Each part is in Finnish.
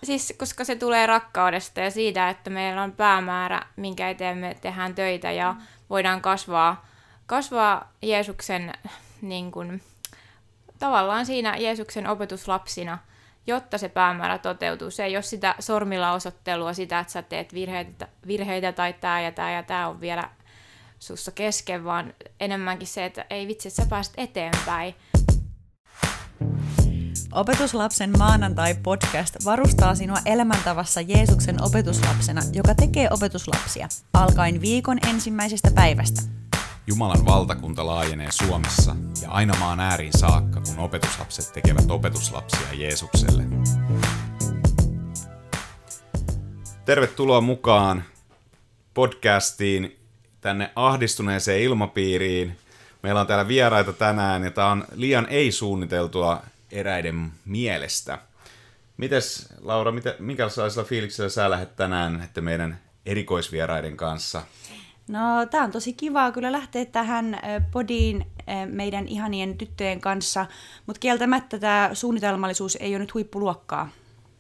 siis koska se tulee rakkaudesta ja siitä, että meillä on päämäärä, minkä eteen me tehdään töitä ja voidaan kasvaa Jeesuksen niin kuin, tavallaan siinä Jeesuksen opetuslapsina, jotta se päämäärä toteutuu. Se ei ole sitä sormilla osoittelua, sitä, että sä teet virheitä tai tämä on vielä sussa kesken, vaan enemmänkin se, että ei vitsi, että sä pääset eteenpäin. Opetuslapsen maanantai-podcast varustaa sinua elämäntavassa Jeesuksen opetuslapsena, joka tekee opetuslapsia, alkaen viikon ensimmäisestä päivästä. Jumalan valtakunta laajenee Suomessa ja aina maan ääriin saakka, kun opetuslapset tekevät opetuslapsia Jeesukselle. Tervetuloa mukaan podcastiin tänne ahdistuneeseen ilmapiiriin. Meillä on täällä vieraita tänään ja tämä on liian ei-suunniteltua eräiden mielestä. Mites Laura, minkälaisella fiiliksellä sä lähdet tänään meidän erikoisvieraiden kanssa? No, tää on tosi kivaa kyllä lähteä tähän podiin meidän ihanien tyttöjen kanssa, mutta kieltämättä tämä suunnitelmallisuus ei ole nyt huippuluokkaa.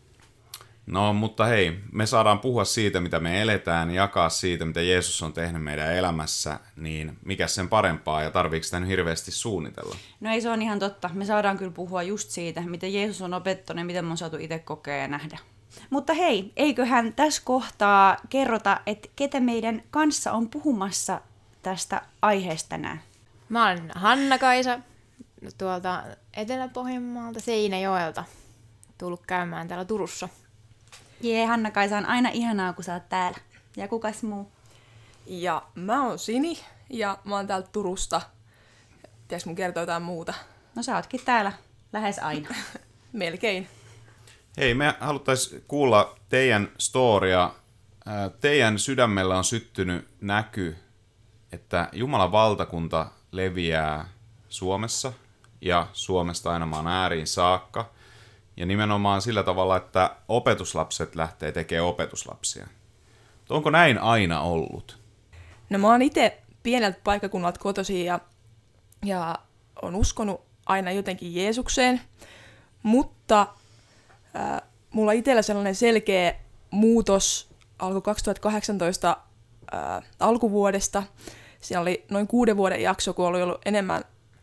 No, mutta hei, me saadaan puhua siitä, mitä me eletään, jakaa siitä, mitä Jeesus on tehnyt meidän elämässä, niin mikä sen parempaa ja tarviiko sitä nyt hirveästi suunnitella? No ei, se on ihan totta. Me saadaan kyllä puhua just siitä, mitä Jeesus on opettanut ja mitä me on saatu itse kokea ja nähdä. Mutta hei, eiköhän tässä kohtaa kerrota, että ketä meidän kanssa on puhumassa tästä aiheesta tänään. Mä olen Hanna-Kaisa tuolta Etelä-Pohjanmaalta Seinäjoelta, tullut käymään täällä Turussa. Jee, Hanna-Kaisa, on aina ihanaa, kun sä oot täällä. Ja kukas muu? Ja mä oon Sini, ja mä oon täältä Turusta. Pitäis mun kertoa jotain muuta? No sä ootkin täällä lähes aina. Melkein. Hei, me haluttaisiin kuulla teidän storia. Teidän sydämellä on syttynyt näky, että Jumalan valtakunta leviää Suomessa ja Suomesta aina maan ääriin saakka. Ja nimenomaan sillä tavalla, että opetuslapset lähtee tekemään opetuslapsia. Onko näin aina ollut? No mä oon itse pieneltä paikkakunnalta kotoisin ja on uskonut aina jotenkin Jeesukseen, mutta mulla itsellä sellainen selkeä muutos alkoi 2018 alkuvuodesta. Siinä oli noin 6 vuoden jakso, kun oli ollut enemmän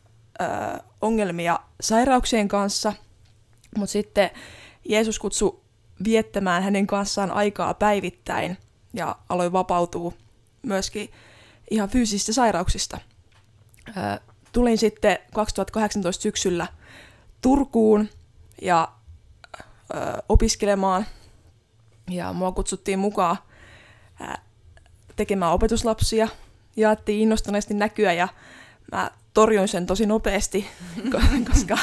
ongelmia sairauksien kanssa, mutta sitten Jeesus kutsui viettämään hänen kanssaan aikaa päivittäin ja aloin vapautua myöskin ihan fyysisistä sairauksista. Tulin sitten 2018 syksyllä Turkuun ja opiskelemaan ja mua kutsuttiin mukaan tekemään opetuslapsia. Jaettiin innostuneesti näkyä ja mä torjuin sen tosi nopeasti, koska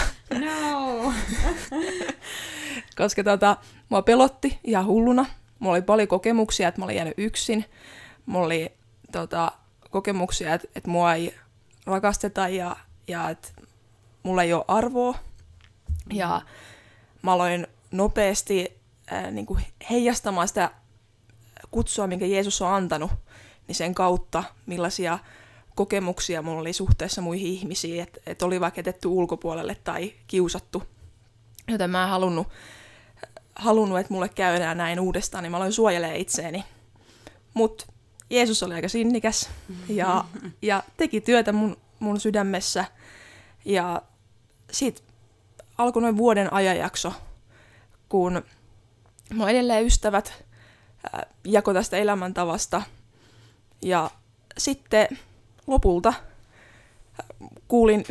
koska mua pelotti ihan hulluna. Mulla oli paljon kokemuksia, että mä olin jäänyt yksin. Mulla oli kokemuksia, että mua ei rakasteta ja että mulla ei ole arvoa. Ja mä aloin nopeasti niin kuin heijastamaan sitä kutsua, minkä Jeesus on antanut, niin sen kautta millaisia kokemuksia mulla oli suhteessa muihin ihmisiin, että oli vaikka jätetty ulkopuolelle tai kiusattu. Joten mä en halunnut, että mulle käy enää näin uudestaan, niin mä aloin suojelemaan itseäni. Mutta Jeesus oli aika sinnikäs ja teki työtä mun sydämessä. Ja siitä alkoi noin vuoden ajanjakso, kun mun edelleen ystävät jakoi tästä elämäntavasta. Ja sitten lopulta kuulin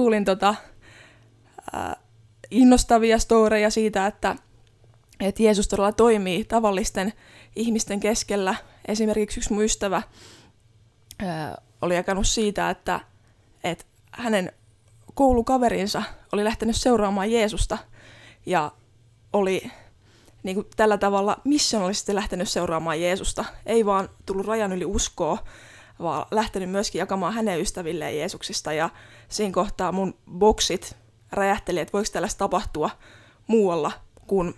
innostavia storeja siitä, että Jeesus todella toimii tavallisten ihmisten keskellä. Esimerkiksi yksi mun ystävä oli jakanut siitä, että hänen koulukaverinsa oli lähtenyt seuraamaan Jeesusta ja oli niin kuin tällä tavalla missionallisesti lähtenyt seuraamaan Jeesusta. Ei vaan tullut rajan yli uskoa, vaan lähtenyt myöskin jakamaan hänen ystävilleen Jeesuksesta. Ja siinä kohtaa mun boksit räjähteli, että voiko tällaista tapahtua muualla kuin,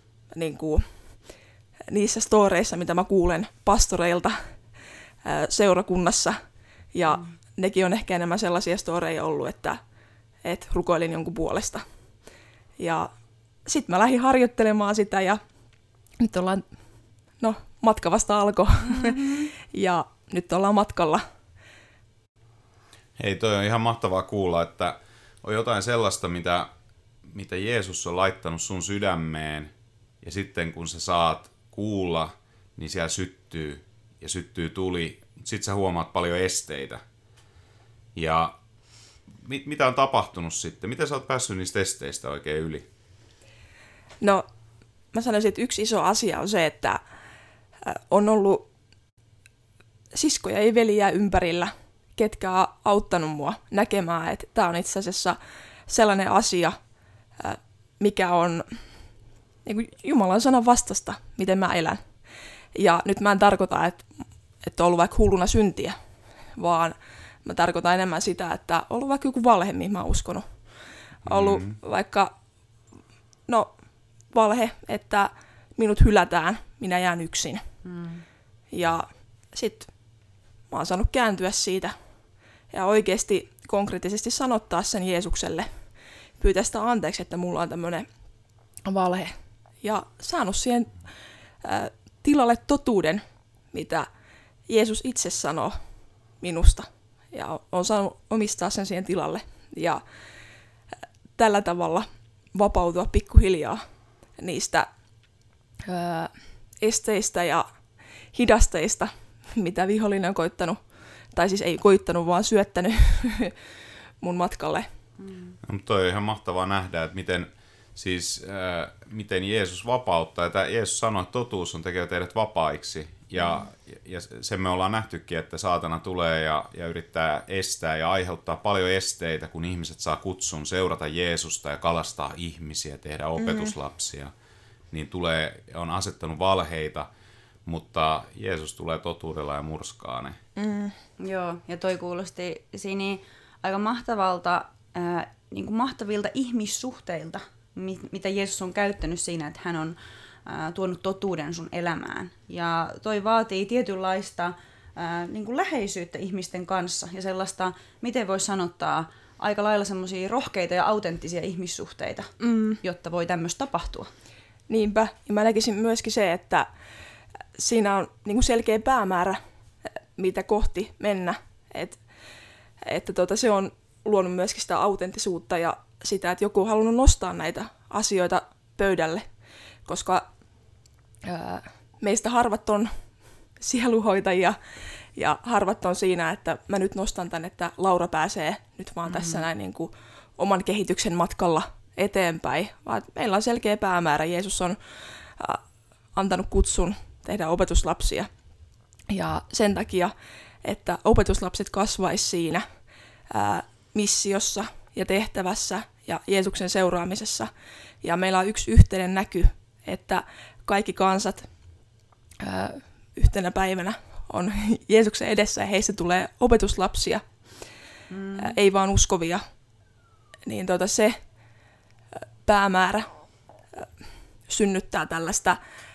niissä storeissa, mitä mä kuulen pastoreilta seurakunnassa. Ja nekin on ehkä enemmän sellaisia storeja ollut, että rukoilin jonkun puolesta. Ja sitten mä lähdin harjoittelemaan sitä ja nyt ollaan, matka vasta alkoi ja nyt ollaan matkalla. Hei, toi on ihan mahtavaa kuulla, että on jotain sellaista, mitä Jeesus on laittanut sun sydämeen, ja sitten kun sä saat kuulla, niin siellä syttyy tuli, sitten sä huomaat paljon esteitä. Ja mitä on tapahtunut sitten? Miten sä oot päässyt niistä esteistä oikein yli? No, mä sanoisin, että yksi iso asia on se, että on ollut siskoja ja veliä ympärillä, ketkä on auttanut mua näkemään, että tämä on itse asiassa sellainen asia, mikä on niin kuin Jumalan sanan vastasta, miten mä elän. Ja nyt mä en tarkoita, että on ollut vaikka hulluna syntiä, vaan mä tarkoitan enemmän sitä, että on ollut vaikka joku valhe, mihin mä oon uskonut. On ollut vaikka, valhe, että minut hylätään, minä jään yksin. Ja sit mä oon saanut kääntyä siitä ja oikeasti konkreettisesti sanottaa sen Jeesukselle. Pyytää sitä anteeksi, että mulla on tämmönen valhe. Ja saanut siihen tilalle totuuden, mitä Jeesus itse sanoo minusta. Ja on saanut omistaa sen siihen tilalle. Ja tällä tavalla vapautua pikkuhiljaa niistä esteistä ja hidasteista, mitä vihollinen on koittanut. Tai siis ei koittanut, vaan syöttänyt mun matkalle. No, toi on ihan mahtavaa nähdä, että miten Jeesus vapauttaa. Ja Jeesus sanoi, että totuus on tekee teidät vapaiksi. Ja sen me ollaan nähtykin, että saatana tulee ja yrittää estää ja aiheuttaa paljon esteitä, kun ihmiset saa kutsun seurata Jeesusta ja kalastaa ihmisiä, tehdä opetuslapsia. Niin on asettanut valheita, mutta Jeesus tulee totuudella ja murskaa ne. Joo, ja toi kuulosti siinä aika mahtavilta ihmissuhteilta, mitä Jeesus on käyttänyt siinä, että hän on tuonut totuuden sun elämään. Ja toi vaatii tietynlaista läheisyyttä ihmisten kanssa ja sellaista, miten voi sanottaa, aika lailla semmoisia rohkeita ja autenttisia ihmissuhteita, jotta voi tämmöistä tapahtua. Niinpä. Ja mä näkisin myöskin se, että siinä on selkeä päämäärä, mitä kohti mennä. Että se on luonut myöskin sitä autenttisuutta ja sitä, että joku on halunnut nostaa näitä asioita pöydälle, koska meistä harvat on sieluhoitajia ja harvat on siinä, että mä nyt nostan tän, että Laura pääsee nyt vaan tässä näin oman kehityksen matkalla eteenpäin, vaan meillä on selkeä päämäärä. Jeesus on antanut kutsun tehdä opetuslapsia ja sen takia, että opetuslapset kasvaisi siinä missiossa ja tehtävässä ja Jeesuksen seuraamisessa. Ja meillä on yksi yhteinen näky, että kaikki kansat yhtenä päivänä on Jeesuksen edessä ja heistä tulee opetuslapsia, ei vaan uskovia. Niin se päämäärä synnyttää tällaista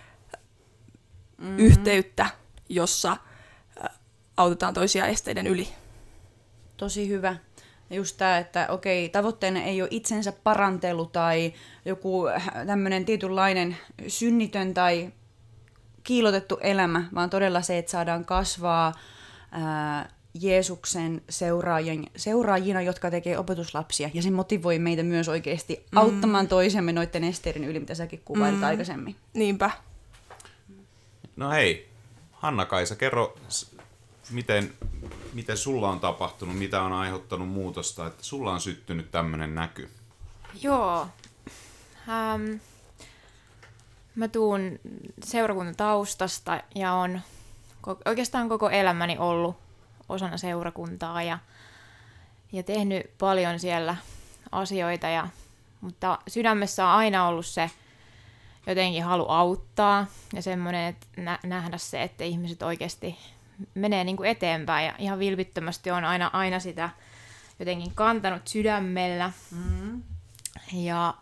yhteyttä, jossa autetaan toisia esteiden yli. Tosi hyvä. Just tämä, että okei, tavoitteena ei ole itsensä parantelu tai joku tämmöinen tietynlainen synnitön tai kiilotettu elämä, vaan todella se, että saadaan kasvaa Jeesuksen seuraajina, jotka tekee opetuslapsia. Ja se motivoi meitä myös oikeasti auttamaan toisemme noiden esteiden yli, mitä säkin kuvailit aikaisemmin. Niinpä. No hei, Hanna-Kaisa, kerro, miten sulla on tapahtunut, mitä on aiheuttanut muutosta, että sulla on syttynyt tämmöinen näky? Joo. Mä tuun seurakuntataustasta ja on oikeastaan koko elämäni ollut osana seurakuntaa ja tehnyt paljon siellä asioita, mutta sydämessä on aina ollut se jotenkin halu auttaa ja semmoinen, että nähdä se, että ihmiset oikeasti menee eteenpäin ja ihan vilpittömästi on aina sitä jotenkin kantanut sydämellä. Ja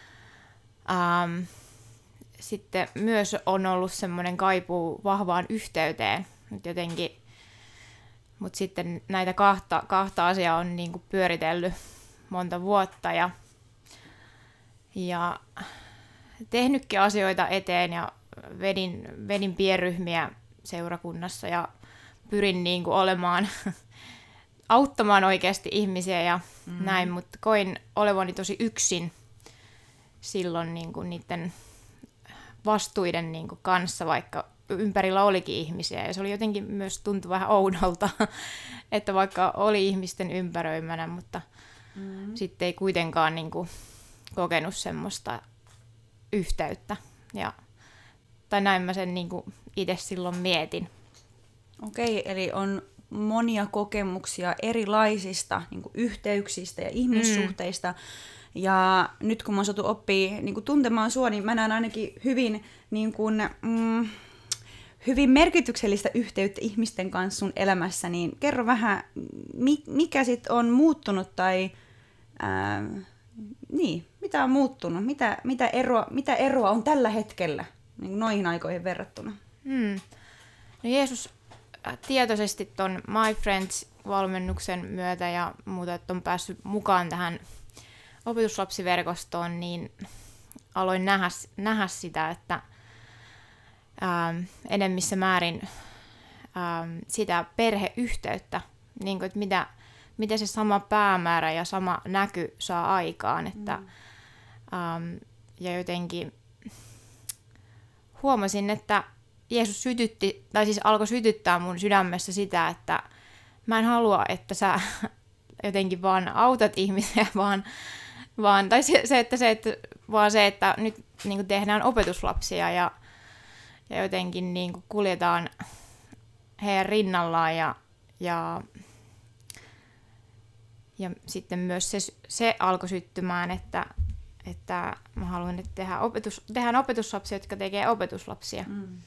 sitten myös on ollut semmoinen kaipuu vahvaan yhteyteen jotenkin, mutta sitten näitä kahta asiaa on pyöritellyt monta vuotta ja tehnytkin asioita eteen ja vedin pienryhmiä seurakunnassa ja pyrin niin kuin olemaan, auttamaan oikeasti ihmisiä ja näin, mutta koin olevani tosi yksin silloin niin kuin niiden vastuiden niin kuin kanssa, vaikka ympärillä olikin ihmisiä. Ja se oli jotenkin myös tuntui vähän oudolta, että vaikka oli ihmisten ympäröimänä, mutta sitten ei kuitenkaan niin kuin kokenut semmoista yhteyttä. Tai näin mä sen niin kuin itse silloin mietin. Okei, eli on monia kokemuksia erilaisista niin kuin yhteyksistä ja ihmissuhteista. Ja nyt kun mä oon saatu oppia niin kuin tuntemaan sua, niin mä näen ainakin hyvin, niin kuin, hyvin merkityksellistä yhteyttä ihmisten kanssa sun elämässä. Niin kerro vähän, mikä sit on muuttunut tai mitä on muuttunut? Mitä eroa on tällä hetkellä niin kuin noihin aikoihin verrattuna? No Jeesus tietoisesti ton My Friends-valmennuksen myötä ja muuta, että on päässyt mukaan tähän opetuslapsiverkostoon, niin aloin nähdä sitä, että enemmissä määrin sitä perheyhteyttä, niin kuin, että mitä se sama päämäärä ja sama näky saa aikaan. Että, ja jotenkin huomasin, että Jeesus alkoi sytyttää mun sydämessä sitä, että mä en halua, että sä jotenkin vaan autat ihmisiä, vaan että nyt niin kuin tehdään opetuslapsia ja jotenkin niin kuin kuljetaan heidän rinnallaan ja sitten myös se alkoi syttymään, että mä haluan, että tehdään opetuslapsia, jotka tekee opetuslapsia.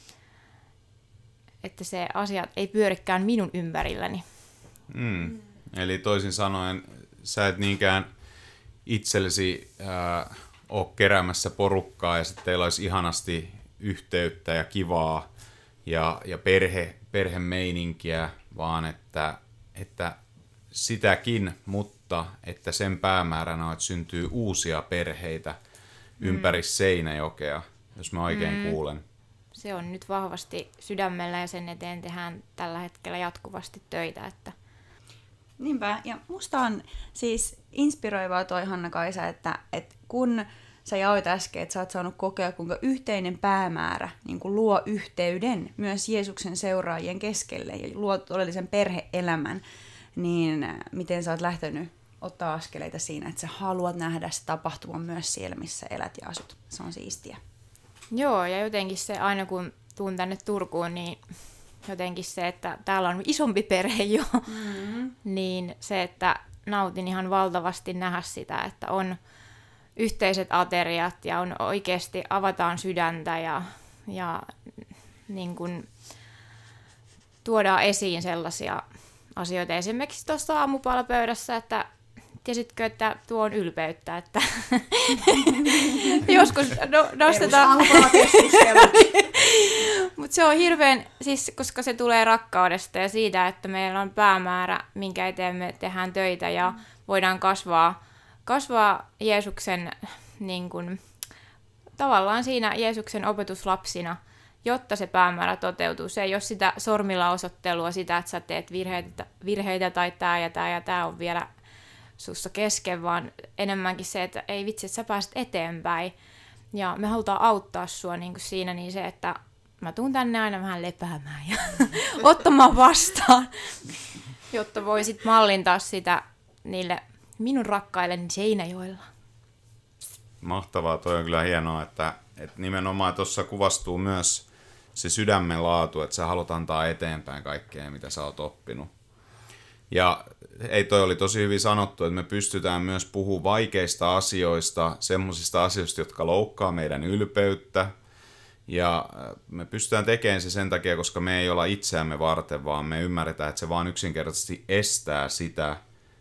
Että se asiat ei pyörikään minun ympärilläni. Eli toisin sanoen, sä et niinkään itsellesi ole keräämässä porukkaa ja sitten teillä olisi ihanasti yhteyttä ja kivaa ja perhemeininkiä, vaan että sitäkin, mutta että sen päämääränä on, että syntyy uusia perheitä ympäri Seinäjokea, jos mä oikein kuulen. Se on nyt vahvasti sydämellä ja sen eteen tehdään tällä hetkellä jatkuvasti töitä. Että Niinpä, ja musta on siis inspiroivaa toi Hanna-Kaisa, että kun sä jaoit äsken, että sä oot saanut kokea, kuinka yhteinen päämäärä niin kuin luo yhteyden myös Jeesuksen seuraajien keskelle ja luo todellisen perhe-elämän, niin miten sä oot lähtenyt ottaa askeleita siinä, että sä haluat nähdä se tapahtuman myös siellä, missä elät ja asut. Se on siistiä. Joo, ja jotenkin se aina kun tuun tänne Turkuun, niin jotenkin se, että täällä on isompi perhe jo, niin se, että nautin ihan valtavasti nähdä sitä, että on yhteiset ateriat ja on oikeasti avataan sydäntä ja niin kuin tuodaan esiin sellaisia asioita. Esimerkiksi tuossa aamupalapöydässä, että tiesitkö, että tuo on ylpeyttä, että joskus nostetaan. Mutta se on hirveän, siis, koska se tulee rakkaudesta ja siitä, että meillä on päämäärä, minkä eteen me tehdään töitä ja voidaan kasvaa Jeesuksen, niin kun, tavallaan siinä Jeesuksen opetuslapsina, jotta se päämäärä toteutuu. Se ei ole sitä sormilla osoittelua, sitä, että sä teet virheitä tai tämä on vielä sussa kesken, vaan enemmänkin se, että ei vitsi, että sä pääset eteenpäin. Ja me halutaan auttaa sua niin kuin siinä, niin se, että mä tuun tänne aina vähän lepäämään ja ottamaan vastaan, jotta voisit mallintaa sitä niille minun rakkailleni Seinäjoella. Mahtavaa, toi on kyllä hienoa, että nimenomaan tuossa kuvastuu myös se sydämen laatu, että sä haluat antaa eteenpäin kaikkea, mitä sä oot oppinut. Ja toi oli tosi hyvin sanottu, että me pystytään myös puhumaan vaikeista asioista, semmoisista asioista, jotka loukkaa meidän ylpeyttä. Ja me pystytään tekemään se sen takia, koska me ei olla itseämme varten, vaan me ymmärretään, että se vaan yksinkertaisesti estää sitä,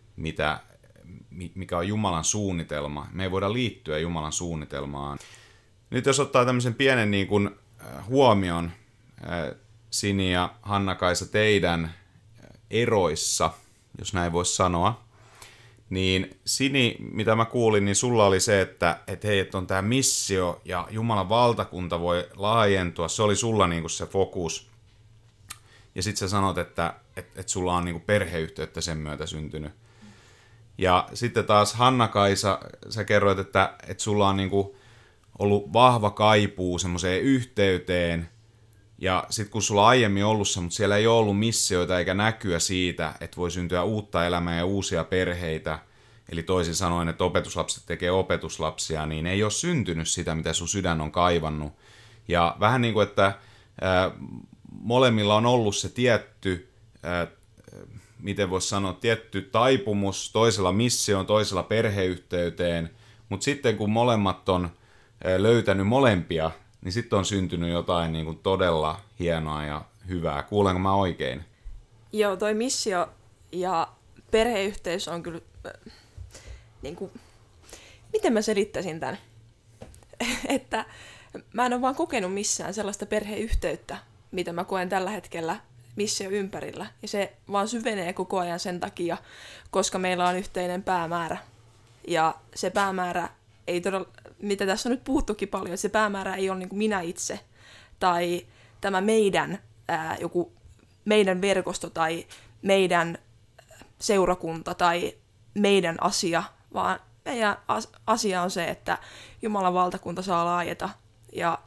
mikä on Jumalan suunnitelma. Me ei voida liittyä Jumalan suunnitelmaan. Nyt jos ottaa tämmöisen pienen niin kuin huomion, Sini ja Hanna-Kaisa, teidän eroissa, jos näin voisi sanoa, Niin Sini, mitä mä kuulin, niin sulla oli se, että hei, että on tämä missio ja Jumalan valtakunta voi laajentua. Se oli sulla niinku se fokus. Ja sitten sä sanot, että sulla on niinku perheyhteyttä sen myötä syntynyt. Ja sitten taas Hanna-Kaisa, sä kerroit, että sulla on niinku ollut vahva kaipuu semmoiseen yhteyteen. Ja sitten kun sulla on aiemmin ollut se, mutta siellä ei ole ollut missioita eikä näkyä siitä, että voi syntyä uutta elämää ja uusia perheitä, eli toisin sanoen, että opetuslapset tekee opetuslapsia, niin ei ole syntynyt sitä, mitä sun sydän on kaivannut. Ja vähän niin kuin, että molemmilla on ollut se tietty, miten voisi sanoa, tietty taipumus, toisella missioon, toisella perheyhteyteen, mutta sitten kun molemmat on löytänyt molempia, niin sitten on syntynyt jotain niin kuin todella hienoa ja hyvää. Kuulenko mä oikein? Joo, toi missio ja perheyhteys on kyllä, niin kuin, miten mä selittäisin tämän? Että mä en ole vaan kokenut missään sellaista perheyhteyttä, mitä mä koen tällä hetkellä missio ympärillä. Ja se vaan syvenee koko ajan sen takia, koska meillä on yhteinen päämäärä. Ja se päämäärä ei todella, mitä tässä on nyt puhuttukin paljon, että se päämäärä ei ole niin kuin minä itse tai tämä joku meidän verkosto tai meidän seurakunta tai meidän asia, vaan meidän asia on se, että Jumalan valtakunta saa laajeta ja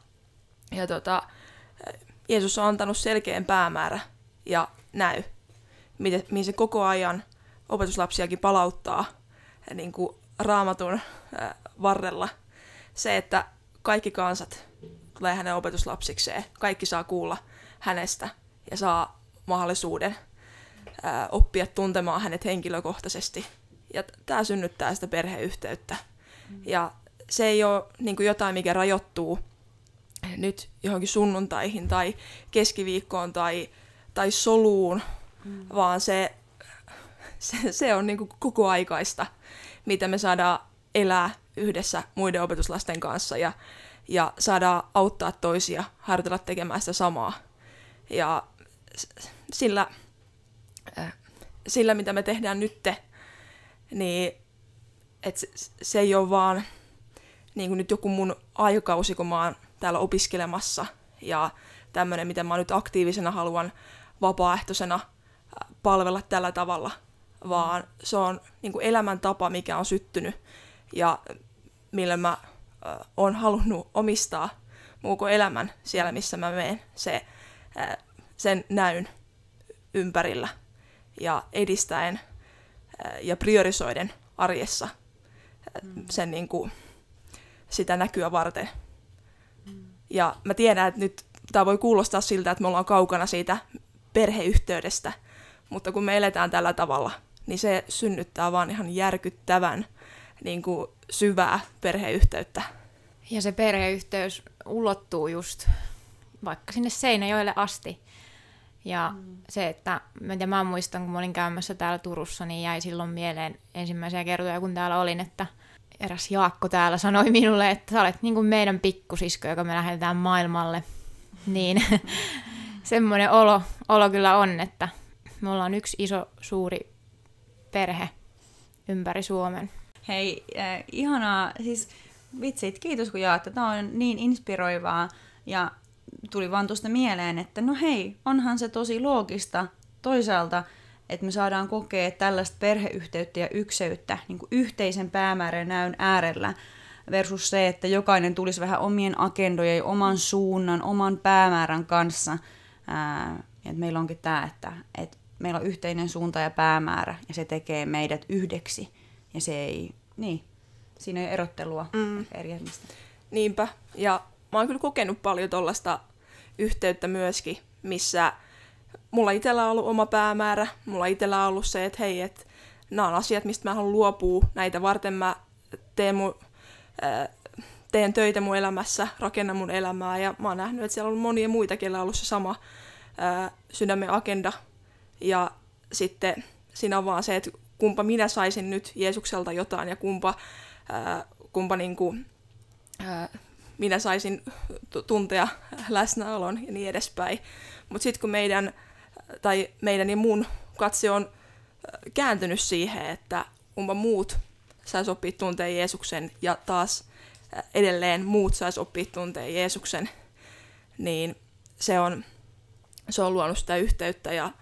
Jeesus on antanut selkeän päämäärä ja näy, mihin se koko ajan opetuslapsiakin palauttaa niin kuin Raamatun varrella. Se, että kaikki kansat tulee hänen opetuslapsikseen, kaikki saa kuulla hänestä ja saa mahdollisuuden oppia tuntemaan hänet henkilökohtaisesti. Ja tämä synnyttää sitä perheyhteyttä. Ja se ei ole niin kuin jotain, mikä rajoittuu nyt johonkin sunnuntaihin tai keskiviikkoon tai soluun, vaan se on niin kuin kokoaikaista, mitä me saadaan elää yhdessä muiden opetuslasten kanssa ja saadaan auttaa toisia, harjoitella tekemään sitä samaa. Ja sillä mitä me tehdään nytte, niin se ei ole vaan niin kuin nyt joku mun aikakausi, kun mä oon täällä opiskelemassa ja tämmöinen, mitä mä nyt aktiivisena haluan vapaaehtoisena palvella tällä tavalla, vaan se on niin kuin elämäntapa, mikä on syttynyt ja millä mä oon halunnut omistaa muuko elämän siellä, missä mä menen, sen näyn ympärillä ja edistäen ja priorisoiden arjessa sen niin kuin, sitä näkyä varten. Ja mä tiedän, että nyt tämä voi kuulostaa siltä, että me ollaan kaukana siitä perheyhteydestä, mutta kun me eletään tällä tavalla, niin se synnyttää vaan ihan järkyttävän niin kuin syvää perheyhteyttä. Ja se perheyhteys ulottuu just vaikka sinne Seinäjoelle asti. Ja se, että mä muistan, kun mä olin käymässä täällä Turussa, niin jäi silloin mieleen ensimmäisiä kertoja, kun täällä olin, että eräs Jaakko täällä sanoi minulle, että sä olet niin kuin meidän pikkusisko, joka me lähdetään maailmalle. Niin semmoinen olo kyllä on, että me ollaan yksi iso, suuri perhe ympäri Suomen. Hei, ihanaa. Siis vitsit, kiitos kun jaatte. Tämä on niin inspiroivaa ja tuli vaan tuosta mieleen, että no hei, onhan se tosi loogista toisaalta, että me saadaan kokea tällaista perheyhteyttä ja ykseyttä niin kuin yhteisen päämäärän näyn äärellä versus se, että jokainen tulisi vähän omien agendojen, oman suunnan, oman päämäärän kanssa. Ja meillä onkin tämä, että meillä on yhteinen suunta ja päämäärä ja se tekee meidät yhdeksi. Ja se ei, niin, siinä ei ole erottelua eriämistä. Niinpä, ja mä oon kyllä kokenut paljon tollaista yhteyttä myöskin, missä mulla itsellä on ollut oma päämäärä, mulla itsellä on ollut se, että hei, että nämä on asiat, mistä mä haluan luopua, näitä varten mä teen töitä mun elämässä, rakennan mun elämää, ja mä oon nähnyt, että siellä on monia muita, kellä on ollut se sama sydämen agenda, ja sitten siinä on vaan se, että kumpa minä saisin nyt Jeesukselta jotain, ja kumpa niin kuin, minä saisin tuntea läsnäolon ja niin edespäin. Mutta sitten kun meidän ja mun katse on kääntynyt siihen, että muut sais oppia tuntea Jeesuksen ja taas edelleen muut sais oppia tuntea Jeesuksen, niin se on luonut sitä yhteyttä ja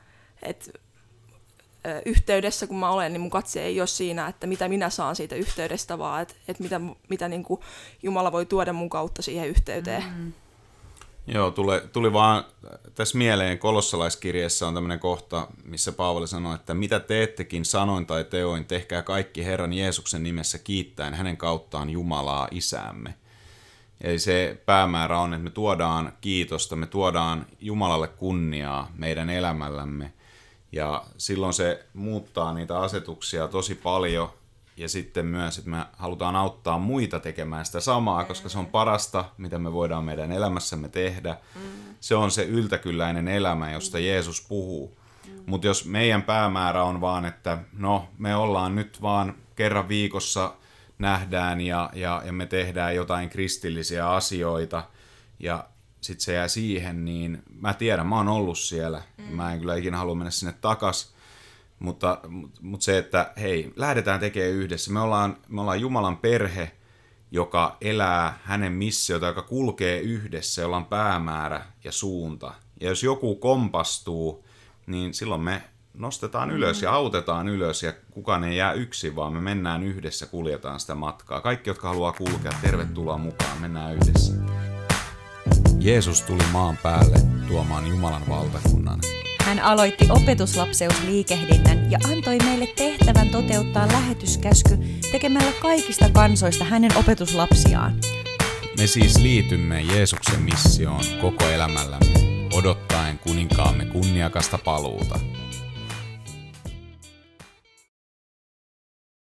yhteydessä kun mä olen, niin mun katse ei ole siinä, että mitä minä saan siitä yhteydestä, vaan että mitä niin kuin Jumala voi tuoda mun kautta siihen yhteyteen. Joo, tuli vaan tässä mieleen, kolossalaiskirjeessä on tämmöinen kohta, missä Paavali sanoo, että mitä teettekin sanoin tai teoin, tehkää kaikki Herran Jeesuksen nimessä kiittäen hänen kauttaan Jumalaa Isäämme. Eli se päämäärä on, että me tuodaan kiitosta, me tuodaan Jumalalle kunniaa meidän elämällämme. Ja silloin se muuttaa niitä asetuksia tosi paljon. Ja sitten myös, että me halutaan auttaa muita tekemään sitä samaa, koska se on parasta, mitä me voidaan meidän elämässämme tehdä. Se on se yltäkylläinen elämä, josta Jeesus puhuu. Mutta jos meidän päämäärä on vaan, että no, me ollaan nyt vaan kerran viikossa nähdään ja me tehdään jotain kristillisiä asioita ja sitten se jää siihen, niin mä tiedän, mä oon ollut siellä. Mä en kyllä ikinä halua mennä sinne takas. Mutta se, että hei, lähdetään tekemään yhdessä. Me ollaan Jumalan perhe, joka elää hänen missiota, joka kulkee yhdessä, jolla on päämäärä ja suunta. Ja jos joku kompastuu, niin silloin me nostetaan ylös ja autetaan ylös ja kukaan ei jää yksin, vaan me mennään yhdessä, kuljetaan sitä matkaa. Kaikki, jotka haluaa kulkea, tervetuloa mukaan, mennään yhdessä. Jeesus tuli maan päälle tuomaan Jumalan valtakunnan. Hän aloitti opetuslapseusliikehdinnän ja antoi meille tehtävän toteuttaa lähetyskäsky tekemällä kaikista kansoista hänen opetuslapsiaan. Me siis liitymme Jeesuksen missioon koko elämällämme, odottaen kuninkaamme kunniakasta paluuta.